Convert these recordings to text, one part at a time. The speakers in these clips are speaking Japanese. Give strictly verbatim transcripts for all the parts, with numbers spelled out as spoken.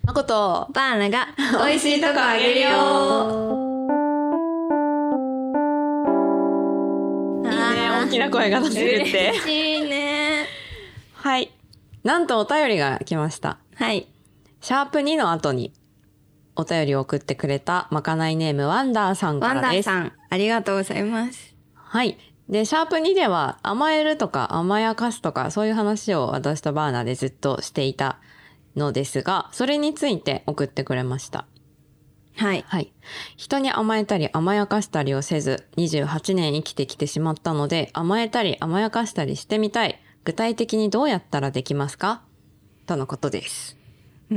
まことバーナが美味しいとこあげるよ。 いいね、大きな声が出せるって嬉しいね。 はい、なんとお便りが来ました。 はい、 シャープにの後にお便りを送ってくれたまかないネームワンダーさんからです。 ワンダーさん、ありがとうございます。 はい。で、シャープにでは甘えるとか甘やかすとかそういう話を私とバーナーでずっとしていたのですが、それについて送ってくれました。 はい。 はい。人に甘えたり甘やかしたりをせず、にじゅうはちねん生きてきてしまったので、甘えたり甘やかしたりしてみたい。具体的にどうやったらできますか？とのことです。 う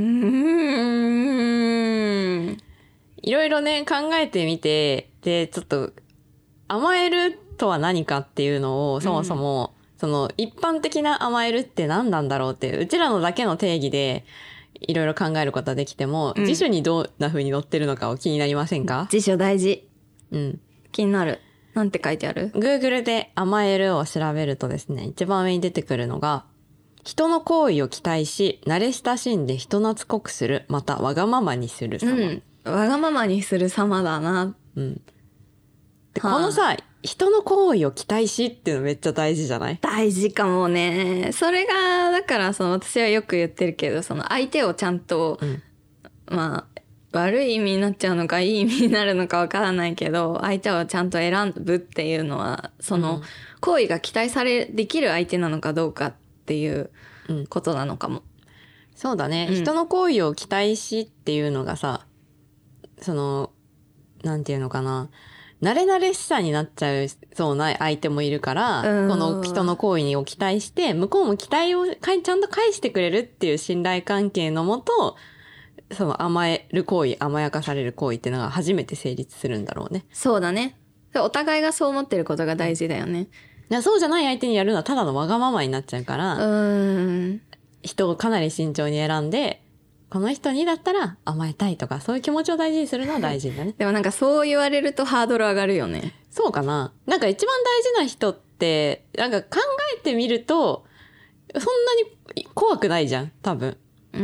ーん。 いろいろね、考えてみて、で、ちょっと、甘えるとは何かっていうのを、そもそも、うん、その、一般的な甘えるって何なんだろうっていう、うちらのだけの定義で、いろいろ考えることはできても、うん、辞書にどんな風に載ってるのかを気になりませんか？ 辞書大事。 うん。 気になる。なんて書いてある？ Google で甘えるを調べるとですね、一番上に出てくるのが、人の行為を期待し、慣れ親しんで人懐っこくする、またわがままにする様。 うん。わがままにする様だな。 うん。で、はあ、このさ、人の行為を期待しっていうのめっちゃ大事じゃない？ 大事かもね。それが、だからその私はよく言ってるけど、その相手をちゃんと、うん、まあ、悪い意味になっちゃうのかいい意味になるのかわからないけど、相手をちゃんと選ぶっていうのは、その行為が期待され、できる相手なのかどうかっていうことなのかも。うん、 そうだね、うん。人の行為を期待しっていうのがさ、その、なんていうのかな。慣れ慣れしさになっちゃうそうな相手もいるから、この人の行為を期待して、向こうも期待をちゃんと返してくれるっていう信頼関係のもと、その甘える行為、甘やかされる行為っていうのが初めて成立するんだろうね。 そうだね。お互いがそう思ってることが大事だよね。 いや、そうじゃない相手にやるのはただのわがままになっちゃうから、うーん、人をかなり慎重に選んで、この人にだったら甘えたいとか、そういう気持ちを大事にするのは大事だね。 でもなんかそう言われるとハードル上がるよね。 そうかな。なんか一番大事な人って、なんか考えてみると、そんなに怖くないじゃん、多分。 うん。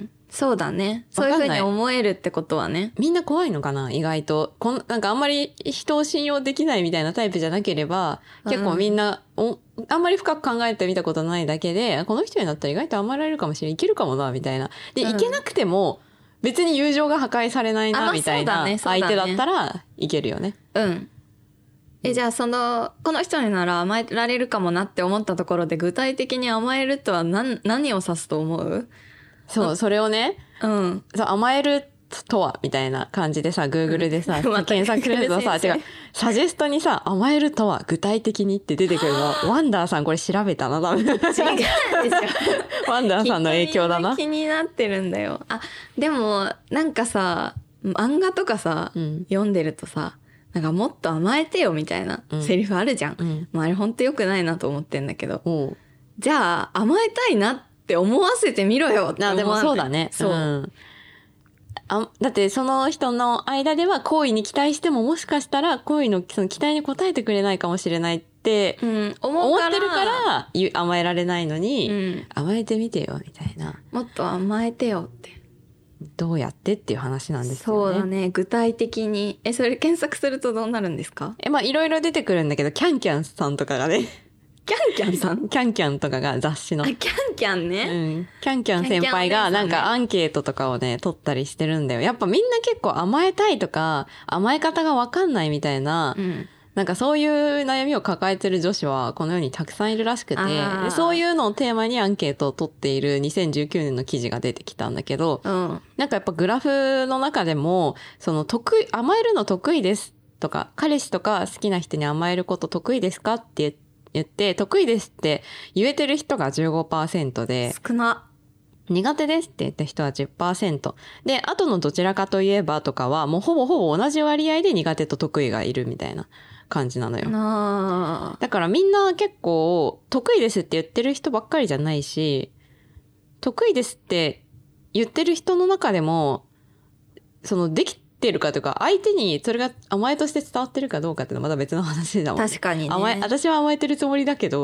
そうだね。そういうふうに思えるってことはね。 みんな怖いのかな、意外と。こんなんかあんまり人を信用できないみたいなタイプじゃなければ、結構みんな、うん、おあんまり深く考えてみたことないだけで、この人になったら意外と甘えられるかもしれない。いけるかもな、みたいな。で、うん、いけなくても、別に友情が破壊されないな、みたいな相手だったらいけるよね。 うん。え、じゃあその、この人になら甘えられるかもなって思ったところで、具体的に甘えるとは何、何を指すと思う？ そう、それをね、うん。甘えるとはみたいな感じでさ、Google でさ、うん、検索するとさ、違う、サジェストにさ、甘えるとは具体的にって出てくるの。ワンダーさんこれ調べたな、多分。違うんですよ。ワンダーさんの影響だな。 気になってるんだよ。あ、でも、なんかさ、漫画とかさ、うん、読んでるとさ、なんかもっと甘えてよみたいなセリフあるじゃん。うん、まあ、あれほんと良くないなと思ってんだけど。うん、じゃあ、甘えたいなってって思わせてみろよって思わない。 あ、でもそうだね。そう。うん、あ、だってその人の間では好意に期待してももしかしたら好意のその期待に応えてくれないかもしれないって、うん、思ってるから甘えられないのに、うん、甘えてみてよみたいな。 もっと甘えてよって。 どうやってっていう話なんですよね。 そうだね。具体的に。え、それ検索するとどうなるんですか？ え、まあいろいろ出てくるんだけど、キャンキャンさんとかがね。 キャンキャンさんキャンキャンとかが雑誌の。 あ、キャンキャンね。 うん。キャンキャン先輩がなんかアンケートとかをね、取ったりしてるんだよ。やっぱみんな結構甘えたいとか、甘え方がわかんないみたいな、うん、なんかそういう悩みを抱えてる女子はこの世にたくさんいるらしくて、でそういうのをテーマにアンケートを取っているにせんじゅうきゅうねんの記事が出てきたんだけど、うん、なんかやっぱグラフの中でも、その得意、甘えるの得意ですとか、彼氏とか好きな人に甘えること得意ですかって言って、言って得意ですって言えてる人が じゅうごパーセント で、 少な。 苦手ですって言った人は じゅっパーセント で、あとのどちらかといえばとかはもうほぼほぼ同じ割合で苦手と得意がいるみたいな感じなのよ。 あ、 だからみんな結構得意ですって言ってる人ばっかりじゃないし、得意ですって言ってる人の中でもそのできてるかというか、相手にそれが甘えとして伝わってるかどうかっていうのはまだ別の話だもん。 確かにね。 甘え、私は甘えてるつもりだけど、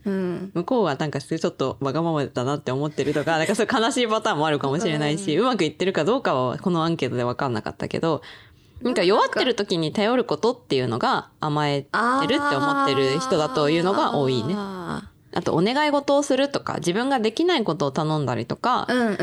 うん、 向こうはなんかちょっとわがままだなって思ってるとか、なんかそういう悲しいパターンもあるかもしれないし、うん、うまくいってるかどうかはこのアンケートで分かんなかったけど、なんか弱ってる時に頼ることっていうのが甘えてるって思ってる人だというのが多いね。あとお願い事をするとか、自分ができないことを頼んだりとか、 うんうんうん、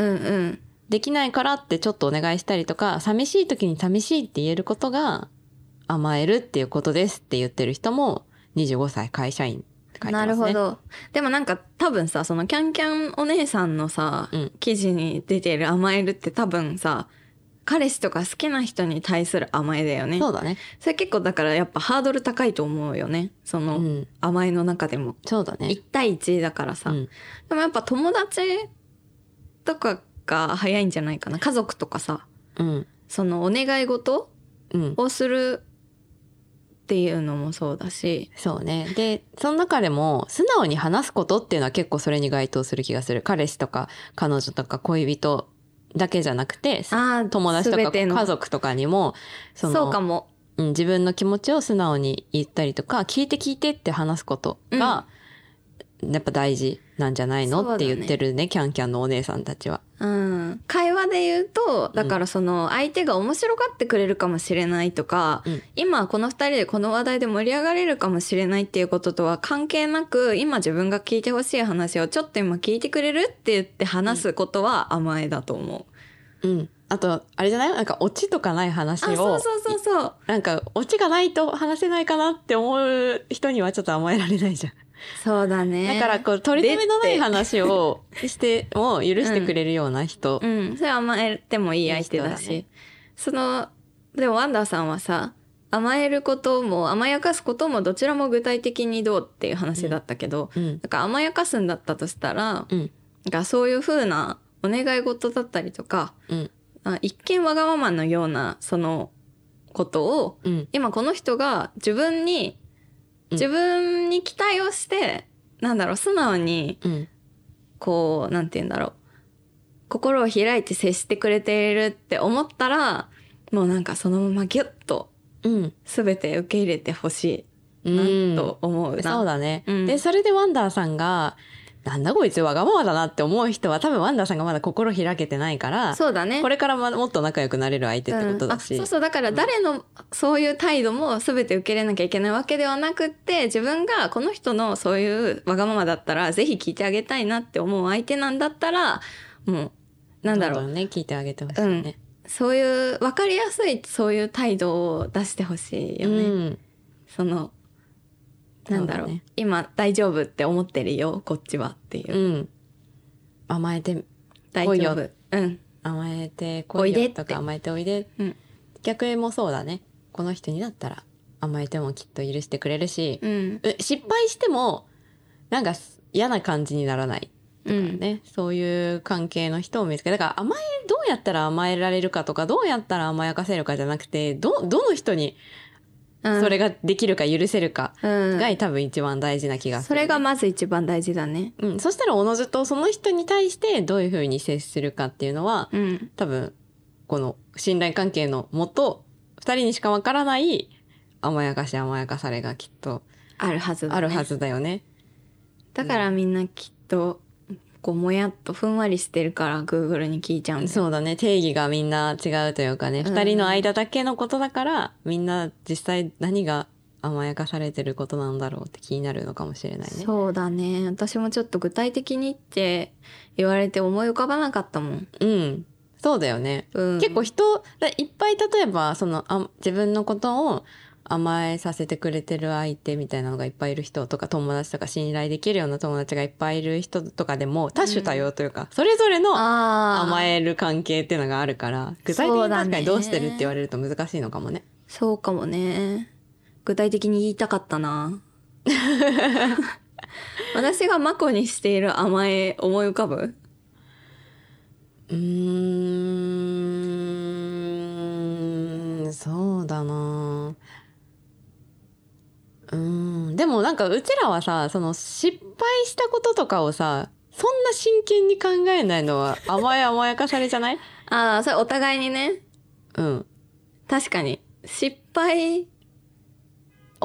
できないからってちょっとお願いしたりとか、寂しい時に寂しいって言えることが甘えるっていうことですって言ってる人もにじゅうごさい会社員って書いてますね。 なるほど。でもなんか多分さ、そのキャンキャンお姉さんのさ、うん、記事に出てる甘えるって多分さ、彼氏とか好きな人に対する甘えだよね。 そうだね。 それ結構だからやっぱハードル高いと思うよね。その、うん、甘えの中でも。 そうだね。 いち対いちだからさ。うん、でもやっぱ友達とかが早いんじゃないかな。家族とかさ。うん、そのお願い事をするっていうのもそうだし。 そうね。で、その中でも素直に話すことっていうのは結構それに該当する気がする。彼氏とか彼女とか恋人だけじゃなくて、友達とか家族とかにも、 その、そうかも、 うん、自分の気持ちを素直に言ったりとか、聞いて聞いてって話すことが、うん、やっぱ大事なんじゃないの、ね、って言ってるね、キャンキャンのお姉さんたちは。 うん。会話で言うと、だからその相手が面白がってくれるかもしれないとか、うん、今この二人でこの話題で盛り上がれるかもしれないっていうこととは関係なく、今自分が聞いてほしい話をちょっと今聞いてくれるって言って話すことは甘えだと思う。うん。あと、あれじゃない？なんかオチとかない話を。 あ、そうそうそうそう。 なんかオチがないと話せないかなって思う人にはちょっと甘えられないじゃん。 そうだね。 だからこう取り留めのない話をしても許してくれるような人、 うん、うん、それは甘えてもいい相手だし、ね、そのでもワンダーさんはさ、甘えることも甘やかすこともどちらも具体的にどうっていう話だったけど、うん、だから甘やかすんだったとしたら、うん、がそういう風なお願い事だったりとか、うん、あ一見わがままのようなそのことを、うん、今この人が自分に自分に期待をして、うん、なんだろう、素直に、うん、こう、なんて言うんだろう、心を開いて接してくれているって思ったら、もうなんかそのままギュッと、すべて受け入れてほしいなと思うな、 うん、そうだね、うん。で、それでワンダーさんが、なんだこいつわがままだなって思う人は多分ワンダーさんがまだ心開けてないから、 そうだね。 これからもっと仲良くなれる相手ってことだし、 うん、あ、そうそう、だから誰のそういう態度も全て受け入れなきゃいけないわけではなくって、自分がこの人のそういうわがままだったらぜひ聞いてあげたいなって思う相手なんだったら、もうなんだろう、 どんどんね聞いてあげてほしいね、うん、 そういう分かりやすいそういう態度を出してほしいよね、うん、そのなんだろう、ね、今大丈夫って思ってるよこっちはっていう、うん、 甘えて大丈夫、うん、 甘えてこいよとか甘えておいで、うん、逆もそうだね。この人になったら甘えてもきっと許してくれるし、うん、失敗してもなんか嫌な感じにならないとかね、うん、そういう関係の人を見つけだから甘えどうやったら甘えられるかとかどうやったら甘やかせるかじゃなくてどどの人にそれができるか許せるかが多分一番大事な気がする、ね、 それがまず一番大事だね、 うん、そしたらおのずとその人に対してどういうふうに接するかっていうのは、うん、多分この信頼関係のもとふたりにしかわからない甘やかし甘やかされがきっとあるはずだね。 あるはずだよね。 だからみんなきっとこうもやっとふんわりしてるから Google に聞いちゃうんだよ。 そうだね。定義がみんな違うというかね、二、うん、人の間だけのことだからみんな実際何が甘やかされてることなんだろうって気になるのかもしれないね。 そうだね。私もちょっと具体的にって言われて思い浮かばなかったもん。 うん。そうだよね。うん、結構人いっぱい例えばそのあ自分のことを甘えさせてくれてる相手みたいなのがいっぱいいる人とか友達とか信頼できるような友達がいっぱいいる人とかでも多種多様というか、うん、それぞれの甘える関係っていうのがあるから具体的に確かにどうしてるって言われると難しいのかもね。 そうかもね。具体的に言いたかったな私がマコにしている甘え思い浮かぶ？ うーんそうだな。うんでもなんかうちらはさその失敗したこととかをさそんな真剣に考えないのは甘え甘やかされじゃない？ ああそれお互いにね。 うん確かに失敗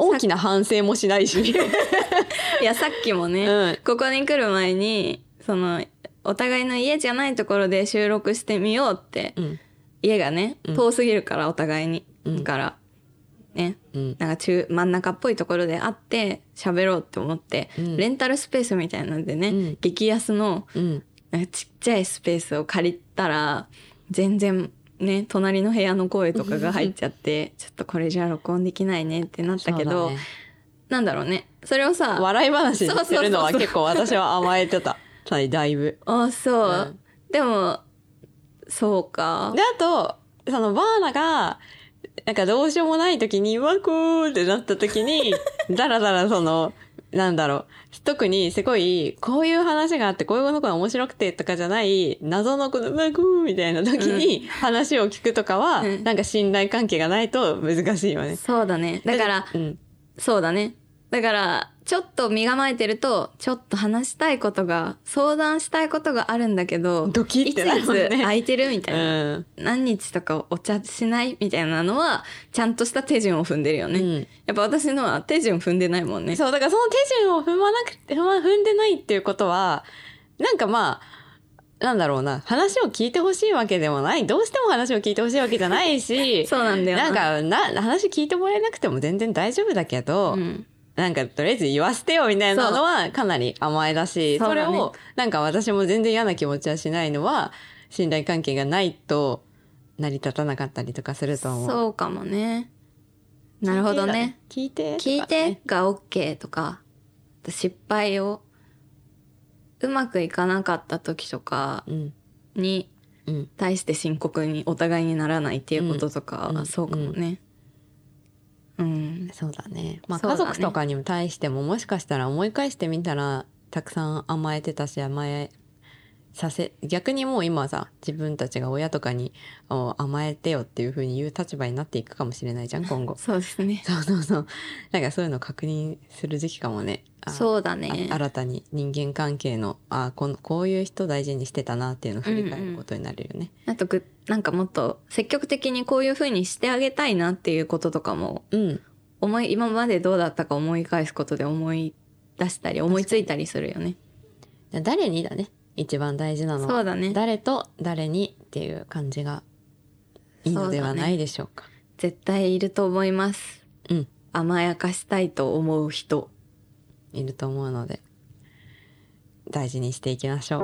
大きな反省もしないしいやさっきもね、うん、ここに来る前にそのお互いの家じゃないところで収録してみようって、うん、家がね遠すぎるからお互いに、うん、だからね、うん、なんか中真ん中っぽいところで会って喋ろうって思って、うん、レンタルスペースみたいなのでね、うん、激安の、うん、なんかちっちゃいスペースを借りたら全然ね隣の部屋の声とかが入っちゃってちょっとこれじゃ録音できないねってなったけど、ね、なんだろうねそれをさ笑い話にするのは結構私は甘えてただいぶあそう、うん、でもそうかであとそのバーナがなんかどうしようもない時にワクーってなった時にだらだらそのなんだろう特にすごいこういう話があってこういうのが面白くてとかじゃない謎のこのワクーみたいな時に話を聞くとかは、うん、なんか信頼関係がないと難しいよね。 そうだねだから、うん、そうだねだからちょっと身構えてるとちょっと話したいことが相談したいことがあるんだけどドキッてなるもんね、 いついつ空いてるみたいな、うん、何日とかお茶しないみたいなのはちゃんとした手順を踏んでるよね、うん、やっぱ私のは手順踏んでないもんね。 そうだからその手順を踏まなくて踏んでないっていうことはなんかまあなんだろうな話を聞いてほしいわけでもないどうしても話を聞いてほしいわけじゃないしそうなんだよな, なんかな話聞いてもらえなくても全然大丈夫だけど、うんなんかとりあえず言わせてよみたいなのはかなり甘えだし そ, それをなんか私も全然嫌な気持ちはしないのは信頼関係がないと成り立たなかったりとかすると思う。 そうかもね。なるほどね。 聞いて、ね、 聞いてが OK とか失敗をうまくいかなかった時とかに対して深刻にお互いにならないっていうこととか、うん、そうかもね、うんうん、 そうだね、まあ、家族とかにも対しても、ね、もしかしたら思い返してみたらたくさん甘えてたし甘えさせ逆にもう今さ自分たちが親とかに甘えてよっていう風に言う立場になっていくかもしれないじゃん今後。 そうですね。 そうそうそうなんかそういうのを確認する時期かもね。 そうだね。 新たに人間関係のあこのこういう人大事にしてたなっていうのを振り返ることになるよね。 うんうん、あとぐなんかもっと積極的にこういう風にしてあげたいなっていうこととかも、うん、思い今までどうだったか思い返すことで思い出したり思いついたりするよね。 誰にだね一番大事なのは。 そうだね。 誰と誰にっていう感じがいいのではないでしょうか。 う、ね、絶対いると思います、うん、甘やかしたいと思う人いると思うので大事にしていきましょう。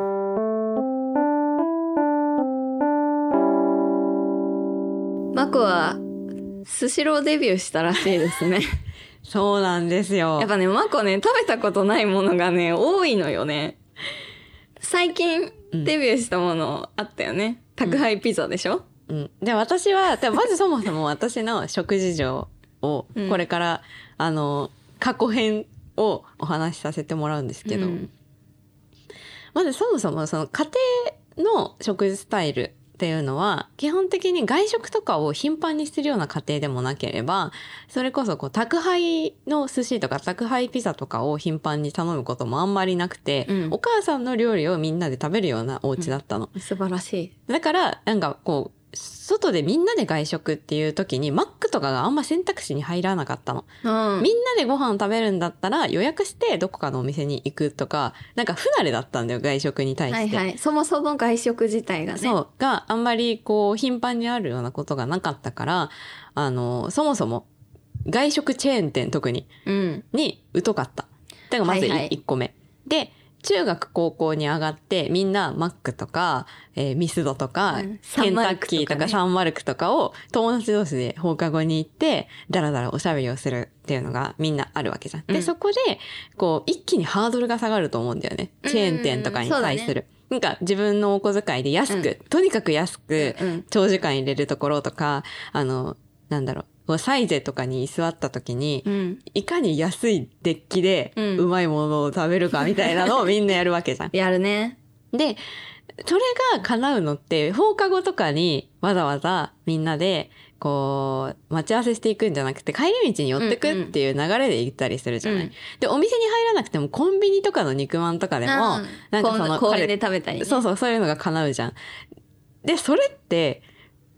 マコはスシローデビューしたらしいですね。 そうなんですよ。 やっぱねマコね食べたことないものがね多いのよね。最近デビューしたものあったよね、うん、宅配ピザでしょ、 うん、で私はでまずそもそも私の食事情をこれから、うん、あの過去編をお話しさせてもらうんですけど、うん、まずそもそもその家庭の食事スタイルっていうのは基本的に外食とかを頻繁にするような家庭でもなければそれこそこう宅配の寿司とか宅配ピザとかを頻繁に頼むこともあんまりなくて、うん、お母さんの料理をみんなで食べるようなお家だったの、 うん、素晴らしい。 だからなんかこう外でみんなで外食っていう時にマックとかがあんま選択肢に入らなかったの、うん、みんなでご飯食べるんだったら予約してどこかのお店に行くとかなんか不慣れだったんだよ外食に対して、 はいはい、そもそも外食自体がねそうがあんまりこう頻繁にあるようなことがなかったからあのそもそも外食チェーン店特に、うん、に疎かっただからまずいっこめ、はいはい、で中学高校に上がってみんなマックとか、えー、ミスドとか、うん、ケンタッキーとかサンマルクとかを友達同士で放課後に行ってダラダラおしゃべりをするっていうのがみんなあるわけじゃん、うん、でそこでこう一気にハードルが下がると思うんだよねチェーン店とかに対する、うん、なんか自分のお小遣いで安く、うん、とにかく安く長時間入れるところとかあのなんだろうサイゼとかに座った時に、うん、いかに安いデッキでうまいものを食べるかみたいなのをみんなやるわけじゃん。 やるね。 で、それが叶うのって放課後とかにわざわざみんなでこう待ち合わせしていくんじゃなくて帰り道に寄ってくっていう流れで行ったりするじゃない、うんうん、でお店に入らなくてもコンビニとかの肉まんとかでも、うん、 なんかその公園で食べたり、ね、 そうそうそういうのが叶うじゃん。でそれって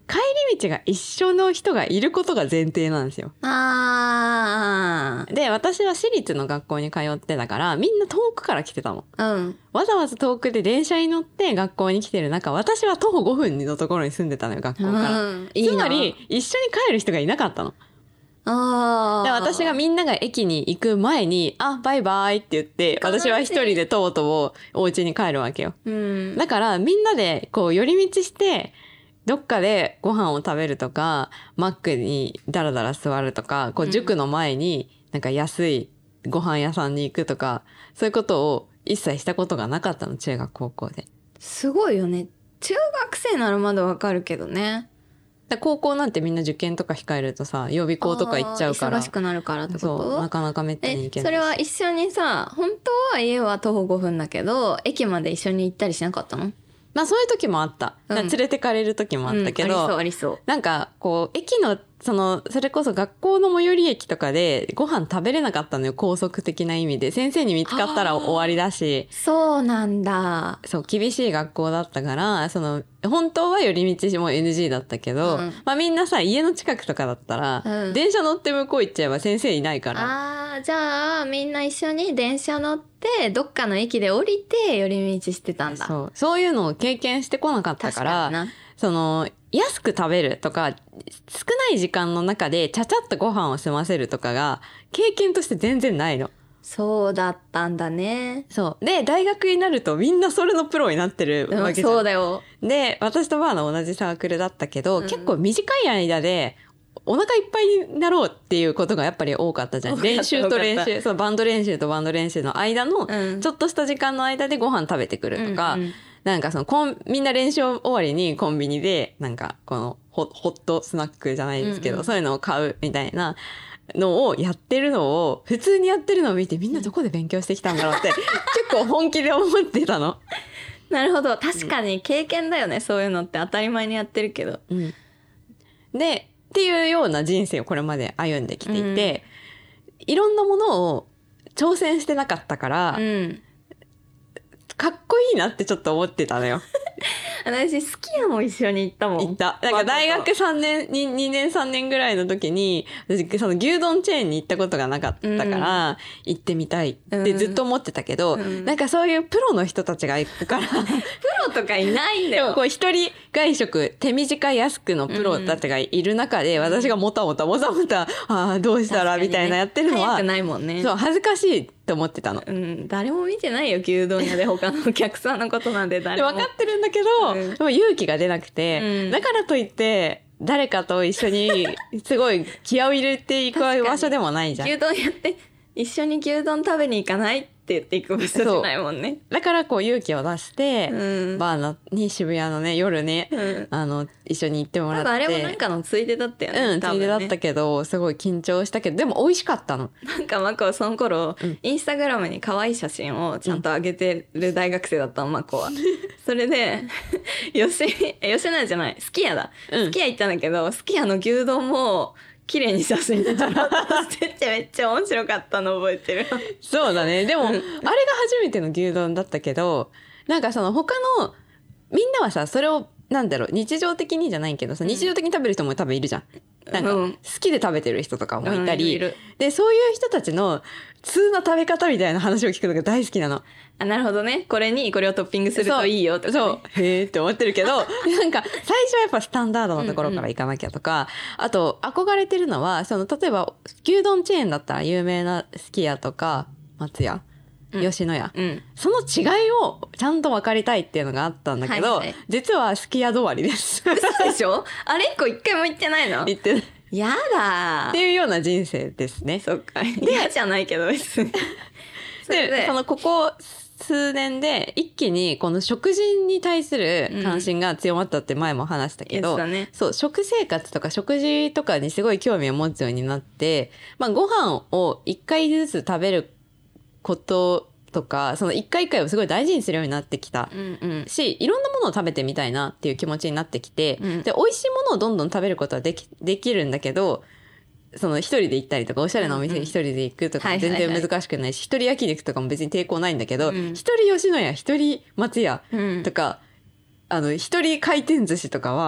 帰り道が一緒の人がいることが前提なんですよ。 あー。 で、私は私立の学校に通ってたから、みんな遠くから来てたの。 うん。 わざわざ遠くで電車に乗って学校に来てる中、私は徒歩ごふんのところに住んでたのよ、学校から。 うん、いいな。 つまり、一緒に帰る人がいなかったの。 あで、私がみんなが駅に行く前に、あ、バイバイって言って、私は一人でとうとうお家に帰るわけよ。 うん、 だからみんなでこう寄り道して、どっかでご飯を食べるとか、マックにダラダラ座るとか、こう塾の前になんか安いご飯屋さんに行くとか、そういうことを一切したことがなかったの、中学高校で。 すごいよね。中学生ならまだわかるけどね。 高校なんてみんな受験とか控えるとさ、予備校とか行っちゃうから。 忙しくなるからってこと？ そう、なかなかめったに行けない。 それは一緒にさ、本当は家は徒歩ごふんだけど、駅まで一緒に行ったりしなかったの？ まあそういう時もあった。うん、連れてかれる時もあったけど、 うん、ありそうありそう。 なんかこう駅のそのそれこそ学校の最寄り駅とかでご飯食べれなかったのよ、高速的な意味で。先生に見つかったら終わりだし。 そうなんだ。 そう、厳しい学校だったから、その本当は寄り道も エヌジー だったけど、うん、まあみんなさ家の近くとかだったら、うん、電車乗って向こう行っちゃえば先生いないから。 ああ、じゃあみんな一緒に電車乗ってどっかの駅で降りて寄り道してたんだ。 そう、そういうのを経験してこなかったから、確かにな。その安く食べるとか少ない時間の中でちゃちゃっとご飯を済ませるとかが経験として全然ないの。 そうだったんだね。 そうで大学になるとみんなそれのプロになってるわけじゃん。 そうだよ。 で私とバーの同じサークルだったけど、うん、結構短い間でお腹いっぱいになろうっていうことがやっぱり多かったじゃん。練習と練習、そうバンド練習とバンド練習の間のちょっとした時間の間でご飯食べてくるとか、うんうん、なんかそのコンみんな練習終わりにコンビニでなんかこのホ、ホットスナックじゃないですけど、うんうん、そういうのを買うみたいなのをやってるのを普通にやってるのを見てみんなどこで勉強してきたんだろうって結構本気で思ってたの。 なるほど、確かに経験だよね、うん、そういうのって当たり前にやってるけど、 うん、でっていうような人生をこれまで歩んできていて、うん、いろんなものを挑戦してなかったから、うん、かっこいいなってちょっと思ってたのよ。 私すき家も一緒に行ったもん。 行った。なんか大学さんねんに、にねんさんねんぐらいの時に私その牛丼チェーンに行ったことがなかったから、うん、行ってみたいってずっと思ってたけど、うん、なんかそういうプロの人たちが行くからプロとかいないんだよ。 でもこう一人外食手短安くのプロたちがいる中で、うん、私がもたもたもたもたあどうしたらみたいなやってるのは、 早くないもんね。 そう恥ずかしいって思ってたの、 うん、誰も見てないよ牛丼屋で他のお客さんのことなんで誰も分かってるんだけど、うん、でも勇気が出なくて、うん、だからといって誰かと一緒にすごい気合を入れていく場所でもないじゃん。 牛丼やって一緒に牛丼食べに行かないって言っていく場所じゃないもんね。 だからこう勇気を出して、うん、バーのに渋谷のね夜ね、うん、あの一緒に行ってもらって。 あれもなんかのついでだったよね。 うん、ついでだったけどすごい緊張したけどでも美味しかったの。 なんかマコはその頃、うん、インスタグラムに可愛い写真をちゃんと上げてる大学生だったの、マコは。それで吉吉野家じゃないすき家だ、うん、すき家行ったんだけどすき家の牛丼も綺麗に写真で撮ろうとしててめっちゃ面白かったの覚えてる。 そうだね。でもあれが初めての牛丼だったけどなんかその他のみんなはさそれをなんだろう日常的にじゃないけどさ、うん、日常的に食べる人も多分いるじゃん。なんか好きで食べてる人とかもいたり、うん、いるでそういう人たちの普通の食べ方みたいな話を聞くのが大好きなの。 あ、なるほどね。これにこれをトッピングするといいよとか、ね、 そうそうへーって思ってるけどなんか最初はやっぱスタンダードなところから行かなきゃとか、うんうん、あと憧れてるのはその例えば牛丼チェーンだったら有名なすき家とか松屋吉野家、うん、その違いをちゃんと分かりたいっていうのがあったんだけど、はいはい、実はすき家止まりです。 嘘でしょ。あれっこ一回も行ってないの。 行ってない。 やだっていうような人生ですね。 そっか。嫌じゃないけど別に。 でそのここ数年で一気にこの食事に対する関心が強まったって前も話したけど、うんね、そう食生活とか食事とかにすごい興味を持つようになって、まあ、ご飯を一回ずつ食べることとかその一回一回をすごい大事にするようになってきた、うんうん、しいろんなものを食べてみたいなっていう気持ちになってきて、うん、で美味しいものをどんどん食べることはでき、できるんだけどその一人で行ったりとかおしゃれなお店に一人で行くとか全然難しくないし、一人焼肉とかも別に抵抗ないんだけど、うん、一人吉野家一人松屋とか、うん、あの一人回転寿司とかは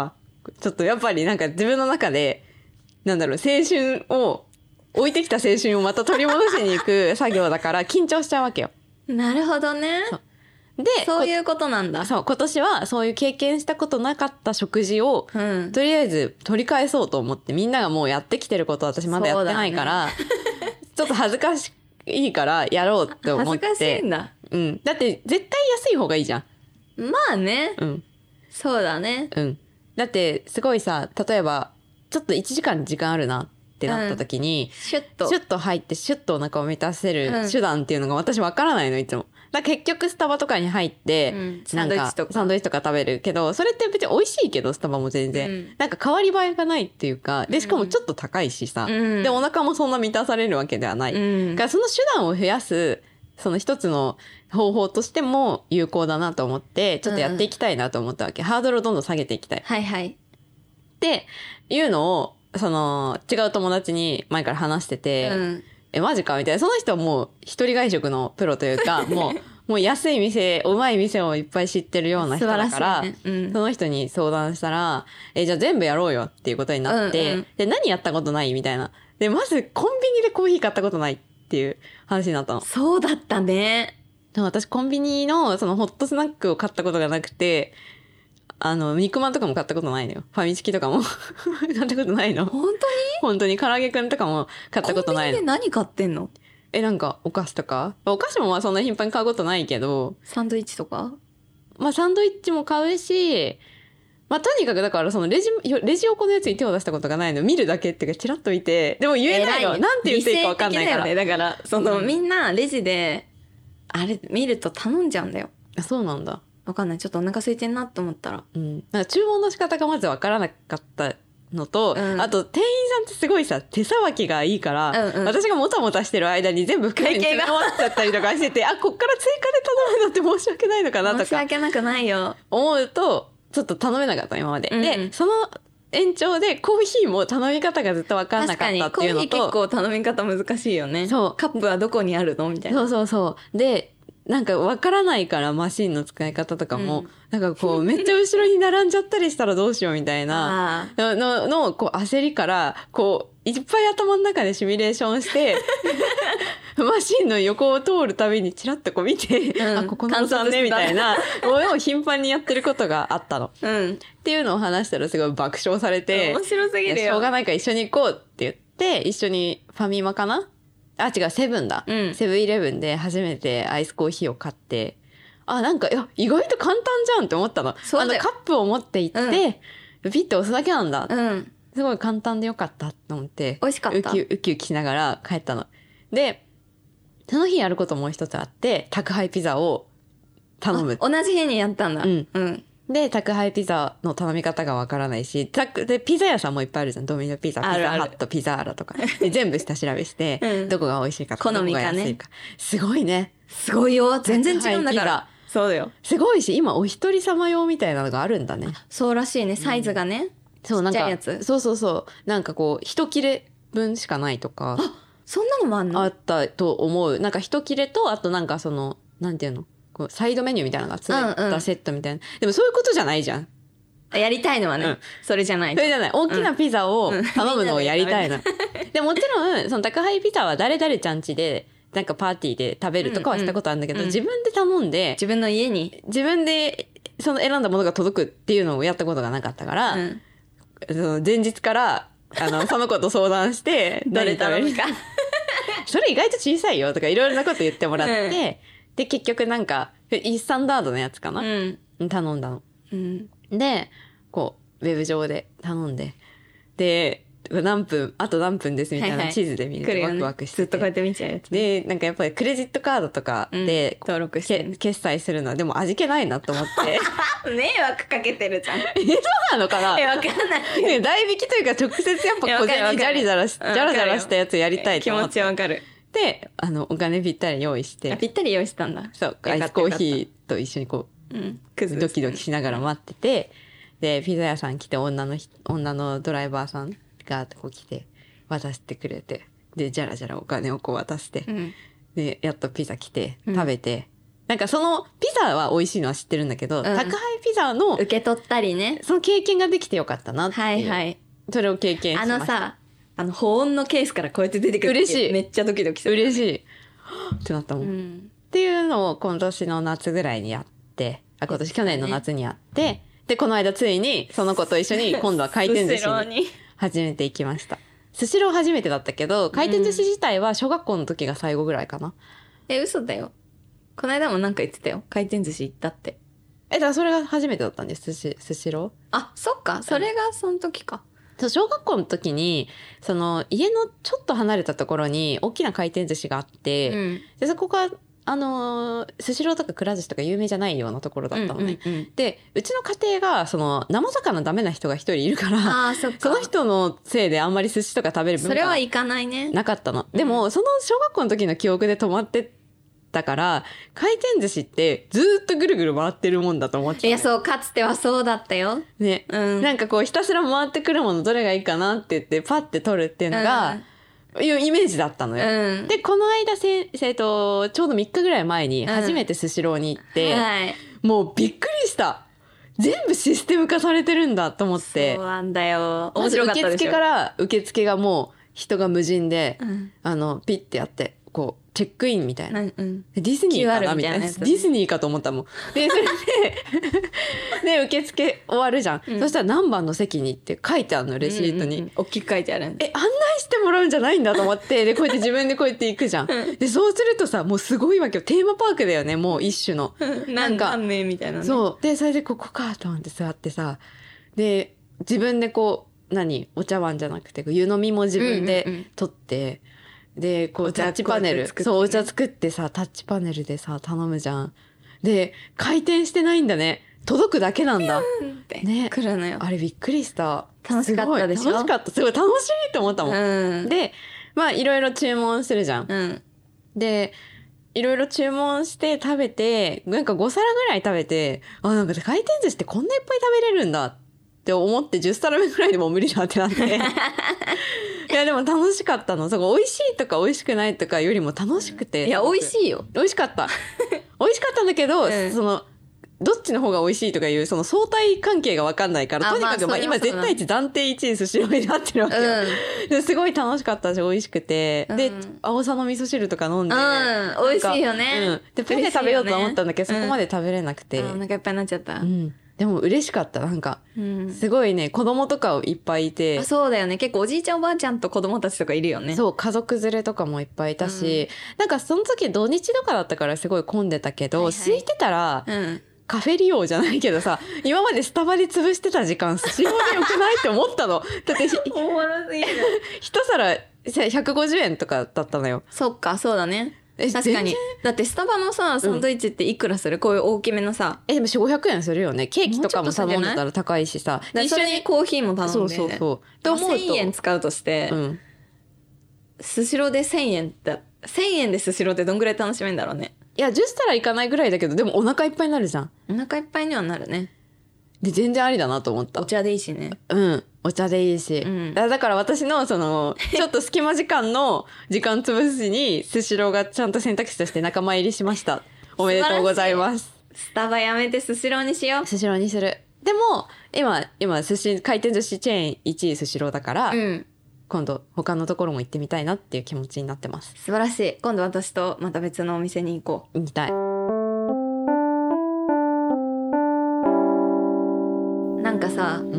ちょっとやっぱりなんか自分の中でなんだろう青春を置いてきた青春をまた取り戻しに行く作業だから緊張しちゃうわけよ。 なるほどね。 そうでそういうことなんだ。 そう今年はそういう経験したことなかった食事を、うん、とりあえず取り返そうと思って、みんながもうやってきてること私まだやってないから、ね、ちょっと恥ずかしいからやろうって思って。 恥ずかしいんだ。 うん、だって絶対安い方がいいじゃん。 まあね、 うん、 そうだね。 うん、だってすごいさ、例えばちょっといちじかん時間あるなってなった時に、 うん、シュッとシュッと入ってシュッとお腹を満たせる手段っていうのが私わからないのいつも。だから結局スタバとかに入って、うん、 サンドイッチとかサンドイッチとか食べるけど、それって別に美味しいけどスタバも全然、うん、なんか変わり映えがないっていうか、でしかもちょっと高いしさ、うん、でお腹もそんな満たされるわけではない、うん、だからその手段を増やすその一つの方法としても有効だなと思ってちょっとやっていきたいなと思ったわけ、うん、ハードルをどんどん下げていきたい、 はいはい、 っていうのをその違う友達に前から話してて、うん、えマジかみたいな。その人はもう一人外食のプロというかもうもう安い店うまい店をいっぱい知ってるような人だから、ね、うん、その人に相談したらえじゃあ全部やろうよっていうことになって、うんうん、で何やったことないみたいな。でまずコンビニでコーヒー買ったことないっていう話になったの。 そうだったね。 私コンビニのそのホットスナックを買ったことがなくて、あの肉まんとかも買ったことないのよ。ファミチキとかも買ったことないの。 本当に？ 本当に唐揚げくんとかも買ったことないの。 コンビニで何買ってんの？ えなんかお菓子とか、お菓子もまあそんな頻繁に買うことないけど、 サンドイッチとか、 まあサンドイッチも買うし、まあとにかくだからそのレジレジ横のやつに手を出したことがないの。見るだけっていうかチラッと見て、でも言えないよ。なんて言っていいか分かんないから。 だからその、うん、みんなレジであれ見ると頼んじゃうんだよ。 あそうなんだ。 分かんない。ちょっとお腹空いてんなと思ったら、 うん、なんか注文の仕方がまず分からなかったのと、うん、あと店員さんってすごいさ手さばきがいいから、うんうん、私がもたもたしてる間に全部袋に詰め終わっちゃったりとかしててあこっから追加で頼むのって申し訳ないのかなとか申し訳なくないよ思うとちょっと頼めなかった今まで、うんうん、でその延長でコーヒーも頼み方がずっと分からなかったっていうのと、 確かにコーヒー結構頼み方難しいよね。そうカップはどこにあるのみたいな。 そうそうそうでなんか分からないからマシンの使い方とかも、うん、なんかこうめっちゃ後ろに並んじゃったりしたらどうしようみたいなの の, のこう焦りからこういっぱい頭の中でシミュレーションしてマシンの横を通るたびにチラッとこう見て、うん、あここのボタンねみたいなのを頻繁にやってることがあったの、うん、っていうのを話したらすごい爆笑されて面白すぎるよ。 しょうがないから一緒に行こうって言って一緒にファミマかなあ違うセブンだ、うん、セブンイレブンで初めてアイスコーヒーを買ってあなんかいや意外と簡単じゃんって思ったの。あのカップを持って行って、うん、ピッて押すだけなんだ、うん、すごい簡単でよかったと思って美味しかった。 ウキウキウキしながら帰ったの。でその日やることもう一つあって宅配ピザを頼む。 同じ日にやったんだ。うん、うんで宅配ピザの頼み方がわからないしでピザ屋さんもいっぱいあるじゃん。ドミノピザピザハットピザーラとかで全部下調べして、うん、どこが美味しいかとか好みかね、どこが安いかすごいね。 すごいよ全然違うんだから。そうだよすごいし今お一人様用みたいなのがあるんだね。 そうらしいねサイズがね、うん、そうなんかちっちゃいやつそうそうそうなんかこう一切れ分しかないとかあそんなのもあんのあったと思う。なんか一切れとあとなんかそのなんていうのこうサイドメニューみたいなのがついたセットみたいな、うんうん、でもそういうことじゃないじゃん。 やりたいのはね、うん、それじゃないそれじゃない大きなピザを頼むのをやりたいの、うん、でもちろんその宅配ピザは誰々ちゃん家でなんかパーティーで食べるとかはしたことあるんだけど、うんうん、自分で頼んで自分の家に自分でその選んだものが届くっていうのをやったことがなかったから、うん、その前日からあのその子と相談してどれ頼むかそれ意外と小さいよとかいろいろなこと言ってもらって、うん、で結局なんかスタンダードのやつかな、うん、頼んだの、うん、でこうウェブ上で頼んでで何分あと何分ですみたいな地図で見るとワクワクしてて、 はいはい、ずっとこうやって見ちゃうやつ、 ね、でなんかやっぱりクレジットカードとかで、 うん、登録して、 ね、決済するのはでも味気ないなと思って迷惑かけてるじゃんえそうなのかなえわかんない、 ね、代引きというか直接やっぱ小銭にジャリジャラしジャラジャラしたやつやりたいと思って気持ちわかる。 であのお金ぴったり用意してぴったり用意したんだ。 そうアイスコーヒーと一緒にこう、うん、ドキドキしながら待っててでピザ屋さん来て女の女のドライバーさんがこう来て渡してくれてでジャラジャラお金をこう渡して、うん、でやっとピザ来て食べて、 なんかそのピザは美味しいのは知ってるんだけど、うん、宅配ピザの受け取ったりね、 その経験ができてよかったなっていう、はいはい、それを経験しました。 あのさ、あの保温のケースからこうやって出てくるって嬉しい、 めっちゃドキドキする、 嬉しいってなったもん、うん、っていうのを今年の夏ぐらいにやって、あ今年去年の夏にやって、ね、でこの間ついにその子と一緒に今度は回転寿司に始めていきました。スシロー初めてだったけど、回転寿司自体は小学校の時が最後ぐらいかな、うん、 え嘘だよ、この間もなんか言ってたよ、回転寿司行ったって。 えだからそれが初めてだったんです、スシ、スシロー。 あそっか、それがその時か。 そう小学校の時にその家のちょっと離れたところに大きな回転寿司があって、うん、でそこがあのー、スシローとかくら寿司とか有名じゃないようなところだったのね、うんうんうん、でうちの家庭がその生魚ダメな人が一人いるから、 あそっか、 その人のせいであんまり寿司とか食べる文化それはいかないね、 なかったの。でも、うん、その小学校の時の記憶で止まってたから回転寿司ってずっとぐるぐる回ってるもんだと思ってた、ね、 いやそうかつてはそうだったよね、うん、なんかこうひたすら回ってくるものどれがいいかなって言ってパッて取るっていうのが、うん、いうイメージだったのよ、うん、でこの間せ、えと、ちょうどみっかぐらい前に初めてスシローに行って、うんはい、もうびっくりした。全部システム化されてるんだと思って。 そうなんだよ、面白かったでしょ。 受付から受付がもう人が無人で、うん、あのピッてやってこうチェックインみたいな、うんうん、ディズニーかなみたいな、ディズニーかと思ったもん。でそれでで受付終わるじゃん、うん、そしたら何番の席にって書いてあるのレシートに、うんうんうん、 大きく書いてある。 え案内してもらうんじゃないんだと思ってでこうやって自分でこうやって行くじゃんでそうするとさもうすごいわけよ、テーマパークだよね、もう一種のなんか何名みたいな、ね、 そうでそれでここかと思って座ってさ、で自分でこう何お茶碗じゃなくて湯飲みも自分で取って、うんうんうんでこうタッチパネル、そうお茶作ってさタッチパネルでさ頼むじゃん。で回転してないんだね、届くだけなんだってね、来るのよ。 あれびっくりした。 楽しかったでしょ。 楽しかった、すごい楽しいと思ったもん、うん、でまあいろいろ注文するじゃん、うん、でいろいろ注文して食べてなんかご皿ぐらい食べて、あなんか回転寿司ってこんないっぱい食べれるんだって思ってじゅっ皿目ぐらいでもう無理だってなっていやでも楽しかったの。そこ美味しいとか美味しくないとかよりも楽しくて、 いや美味しいよ、 美味しかった美味しかったんだけど、うん、そのどっちの方が美味しいとかいうその相対関係が分かんないから、とにかくまあ今絶対値暫定いちいスシローになってるわけよ、うん、ですごい楽しかったし美味しくて、うん、で青さの味噌汁とか飲んで、うん、 美味しいよね、 うん、でパンで食べようと思ったんだけど、ね、そこまで食べれなくて、 うん、お腹いっぱいになっちゃった、 うんでも嬉しかった。なんか、うん、すごいね子供とかいっぱいいて、 あそうだよね、結構おじいちゃんおばあちゃんと子供たちとかいるよね。 そう家族連れとかもいっぱいいたし、うん、なんかその時土日とかだったからすごい混んでたけど、はいはい、空いてたら、うん、カフェ利用じゃないけどさ今までスタバで潰してた時間スシローでよくないって思ったのだっておもろすぎる一皿ひゃくごじゅうえんとかだったのよ。 そっかそうだね、確かに。だってスタバのさサンドイッチっていくらする、うん、こういう大きめのさ、 えでも よんひゃくごひゃくえんするよね。ケーキとかも頼んでたら高いしさ、 一緒にコーヒーも頼んで、 そうそうそうと思うとせんえん使うとして、うん、スシローでせんえんってせんえんでスシローってどんぐらい楽しめんだろうね。 いやじゅっ皿いかないぐらいだけどでもお腹いっぱいになるじゃん。 お腹いっぱいにはなるね。 で全然ありだなと思った。 お茶でいいしね。 うんお茶でいいし、うん、だから私のそのちょっと隙間時間の時間潰すにスシローがちゃんと選択肢として仲間入りしました。おめでとうございます。 スタバやめてスシローにしよう。 スシローにする。でも今今寿司回転寿司チェーンいちいスシローだから、うん、今度他のところも行ってみたいなっていう気持ちになってます。 素晴らしい。今度私とまた別のお店に行こう。行きたい。 なんかさ、うん、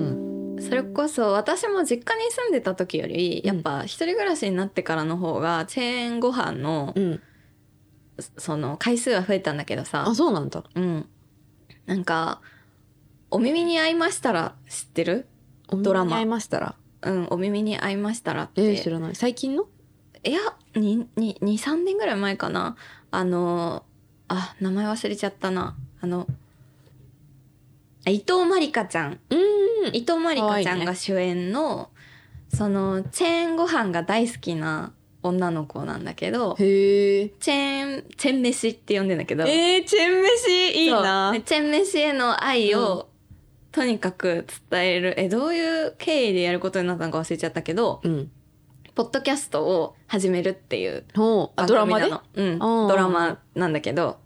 それこそ私も実家に住んでた時よりやっぱ一人暮らしになってからの方がチェーンご飯の、うん、その回数は増えたんだけどさ。 あそうなんだ。 うんなんかお耳に合いましたら知ってる？ドラマ。 お耳に合いましたらうんお耳に合いましたらって。 えー、知らない。最近の？ いやにさんねんぐらい前かな。あのあ名前忘れちゃったな。あの伊藤まりかちゃん。うん伊藤まりかちゃんが主演の、ね、そのチェーンご飯が大好きな女の子なんだけど、 へチェーンチェーン飯って呼んでんだけど、 えー、チェーン飯いいな。 チェーン飯への愛を、うん、とにかく伝えるえどういう経緯でやることになったのか忘れちゃったけど、うん、ポッドキャストを始めるっていう番組なの。ドラマで？ うんドラマなんだけど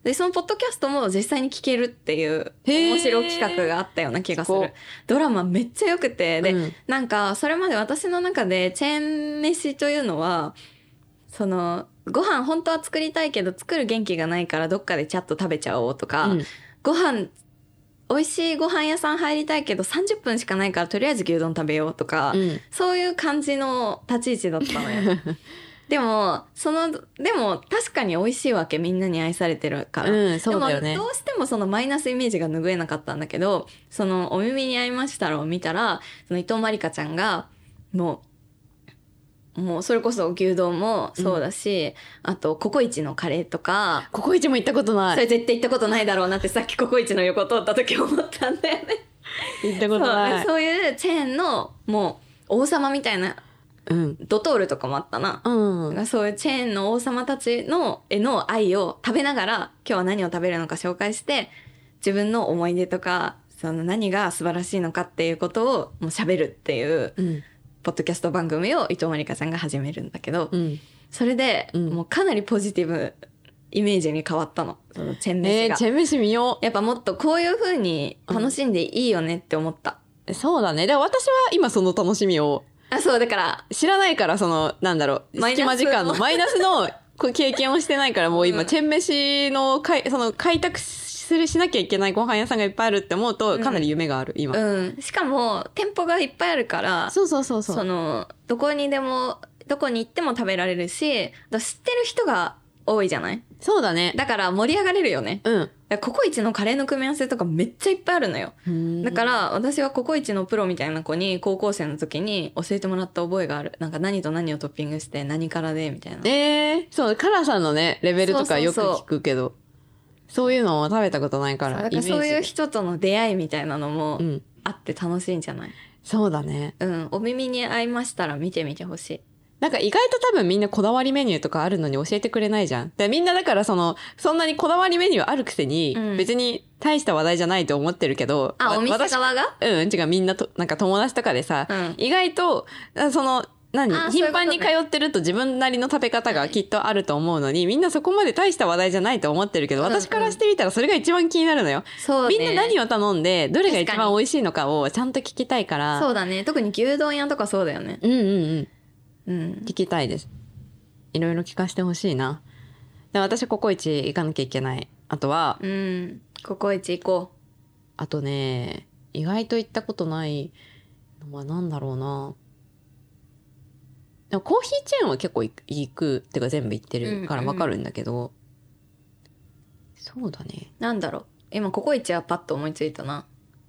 でそのポッドキャストも実際に聞けるっていう面白い企画があったような気がする。ドラマめっちゃ良くて、で、うん、なんかそれまで私の中でチェーン飯というのはそのご飯本当は作りたいけど作る元気がないからどっかでチャッと食べちゃおうとか、うん、ご飯美味しいご飯屋さん入りたいけどさんじゅっぷんしかないからとりあえず牛丼食べようとか、うん、そういう感じの立ち位置だったのよ。でもそのでも確かに美味しいわけ、みんなに愛されてるから、うん、そうだよね。でもどうしてもそのマイナスイメージが拭えなかったんだけど、そのお耳に合いましたらを見たら、その伊藤まりかちゃんがもうもうそれこそ牛丼もそうだし、うん、あとココイチのカレーとか。 ココイチも行ったことない。 それ絶対行ったことないだろうなってさっきココイチの横通った時思ったんだよね。 行ったことない。 そう、そういうチェーンのもう王様みたいな、うん、ドトールとかもあったな、うん、そういうチェーンの王様たちのへの愛を食べながら今日は何を食べるのか紹介して、自分の思い出とかその何が素晴らしいのかっていうことをもう喋るっていう、うんポッドキャスト番組を伊藤まりかさんが始めるんだけど、うん、それで、うん、もうかなりポジティブイメージに変わったの、そのチェン飯が、 えー、チェン飯見よう。 やっぱもっとこういう風に楽しんでいいよねって思った、 うん、そうだね。でも私は今その楽しみをあそうだから知らないから、そのなんだろう隙間時間のマイナスの経験をしてないから、もう今、うん、チェン飯のかいその開拓するしなきゃいけないご飯屋さんがいっぱいあるって思うとかなり夢がある、うん、今、 うん、しかも店舗がいっぱいあるから、 そうそうそうそう、 そのどこにでもどこに行っても食べられるし、知ってる人が多いじゃない。 そうだね。 だから盛り上がれるよね。うん。ココイチのカレーの組み合わせとかめっちゃいっぱいあるのよ。だから私はココイチのプロみたいな子に高校生の時に教えてもらった覚えがある。なんか何と何をトッピングして何からでみたいな。 えー、そうカラさんのねレベルとかよく聞くけど、そうそうそう、そういうのを食べたことないから。 そう、だからそういう人との出会いみたいなのもあって楽しいんじゃない？うん、 そうだね。 うん。お耳に合いましたら見てみてほしい。 なんか意外と多分みんなこだわりメニューとかあるのに教えてくれないじゃん。でみんなだからそのそんなにこだわりメニューあるくせに、うん、別に大した話題じゃないと思ってるけど、 あ、お店側が？ うん、違う、みんなとなんか友達とかでさ、うん、意外とその何頻繁に通ってると自分なりの食べ方がきっとあると思うのに、みんなそこまで大した話題じゃないと思ってるけど、うんうん、私からしてみたらそれが一番気になるのよ。そうね、みんな何を頼んでどれが一番美味しいのかをちゃんと聞きたいから。 そうだね。特に牛丼屋とかそうだよね。 うんうんうんうん、聞きたいです。いろいろ聞かせてほしいな。で私ココイチ行かなきゃいけない。あとは、 うん、ココイチ行こう。 あとね、意外と行ったことないのはなんだろうな。でもコーヒーチェーンは結構行くってか全部行ってるから分かるんだけど、うんうん、そうだね。 なんだろう。今ココイチはパッと思いついたな。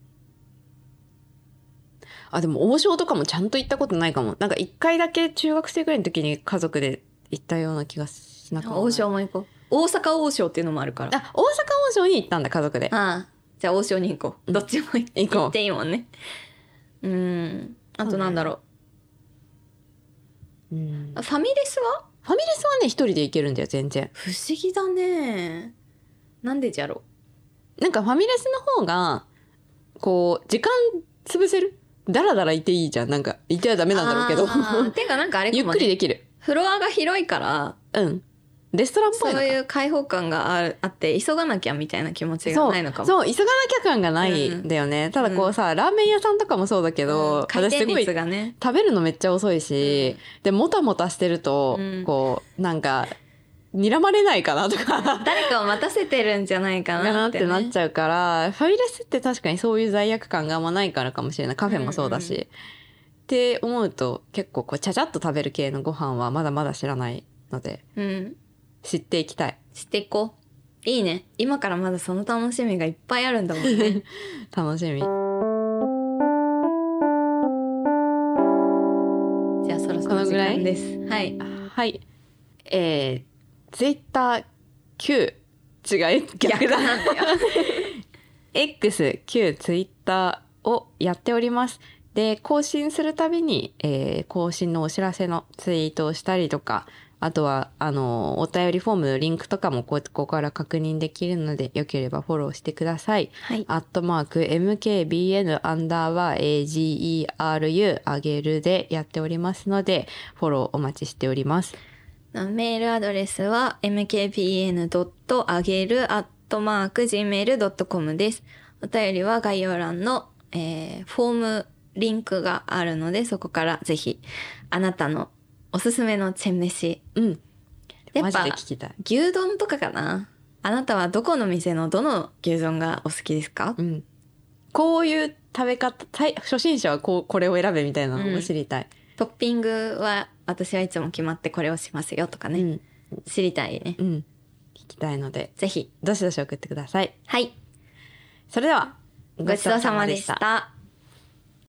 あ、でも王将とかもちゃんと行ったことないかも。なんか一回だけ中学生ぐらいの時に家族で行ったような気がしなかった。 王将も行こう。大阪王将っていうのもあるから。 あ、大阪王将に行ったんだ家族で。 ああ、じゃあ王将に行こう。どっちも行こう。行っていいもんね。うん。あとなんだろう。うん、ファミレスは？ ファミレスはね一人で行けるんだよ全然。 不思議だね。なんでじゃろう。なんかファミレスの方がこう時間潰せる。だらだらいていいじゃん。なんかいてはダメなんだろうけど。 てかなんかあれかも、ね、 ゆっくりできる。 フロアが広いから。 うん。レストランっぽいのか。 そういう開放感があるあって急がなきゃみたいな気持ちがないのかも。 そう、そう急がなきゃ感がないんだよね。うん、ただこうさ、ラーメン屋さんとかもそうだけど、うん、 回転率がね、 私すごい食べるのめっちゃ遅いし、うん、でもたもたしてると、うん、こうなんか睨まれないかなとか誰かを待たせてるんじゃないかなって、ね、 ってなっちゃうから、ファミレスって確かにそういう罪悪感があんまないからかもしれない。カフェもそうだし、うんうん、って思うと結構こうちゃちゃっと食べる系のご飯はまだまだ知らないので、うん、知っていきたい。 知っていこう。いいね。今からまだその楽しみがいっぱいあるんだもんね楽しみ。 じゃあそろそろ時間です。はい、 はい、えーツイッター Q 違い逆だなんだよ X 旧ツイッターをやっております。で更新するたびに、えー、更新のお知らせのツイートをしたりとか、あとはあのお便りフォームのリンクとかもここから確認できるので、よければフォローしてください。 はい、 アットマーク エムケービーエヌ アンダーバー エージーイーアールユー あげるでやっておりますので、フォローお待ちしております。 メールアドレスは エムケーピーエヌドットあげる アットマークジーメールドットコム です。お便りは概要欄の、えー、フォームリンクがあるので、そこからぜひあなたのおすすめのチェン飯。 うん。 やっぱマジで聞きたい。 牛丼とかかな。あなたはどこの店のどの牛丼がお好きですか？ うん。こういう食べ方、初心者はこうこれを選べみたいなのを知りたい。うん、 トッピングは私はいつも決まってこれをしますよとかね。うん、知りたいね。 うん。聞きたいので、 ぜひどしどし送ってください。 はい。 それではごちそうさまでした。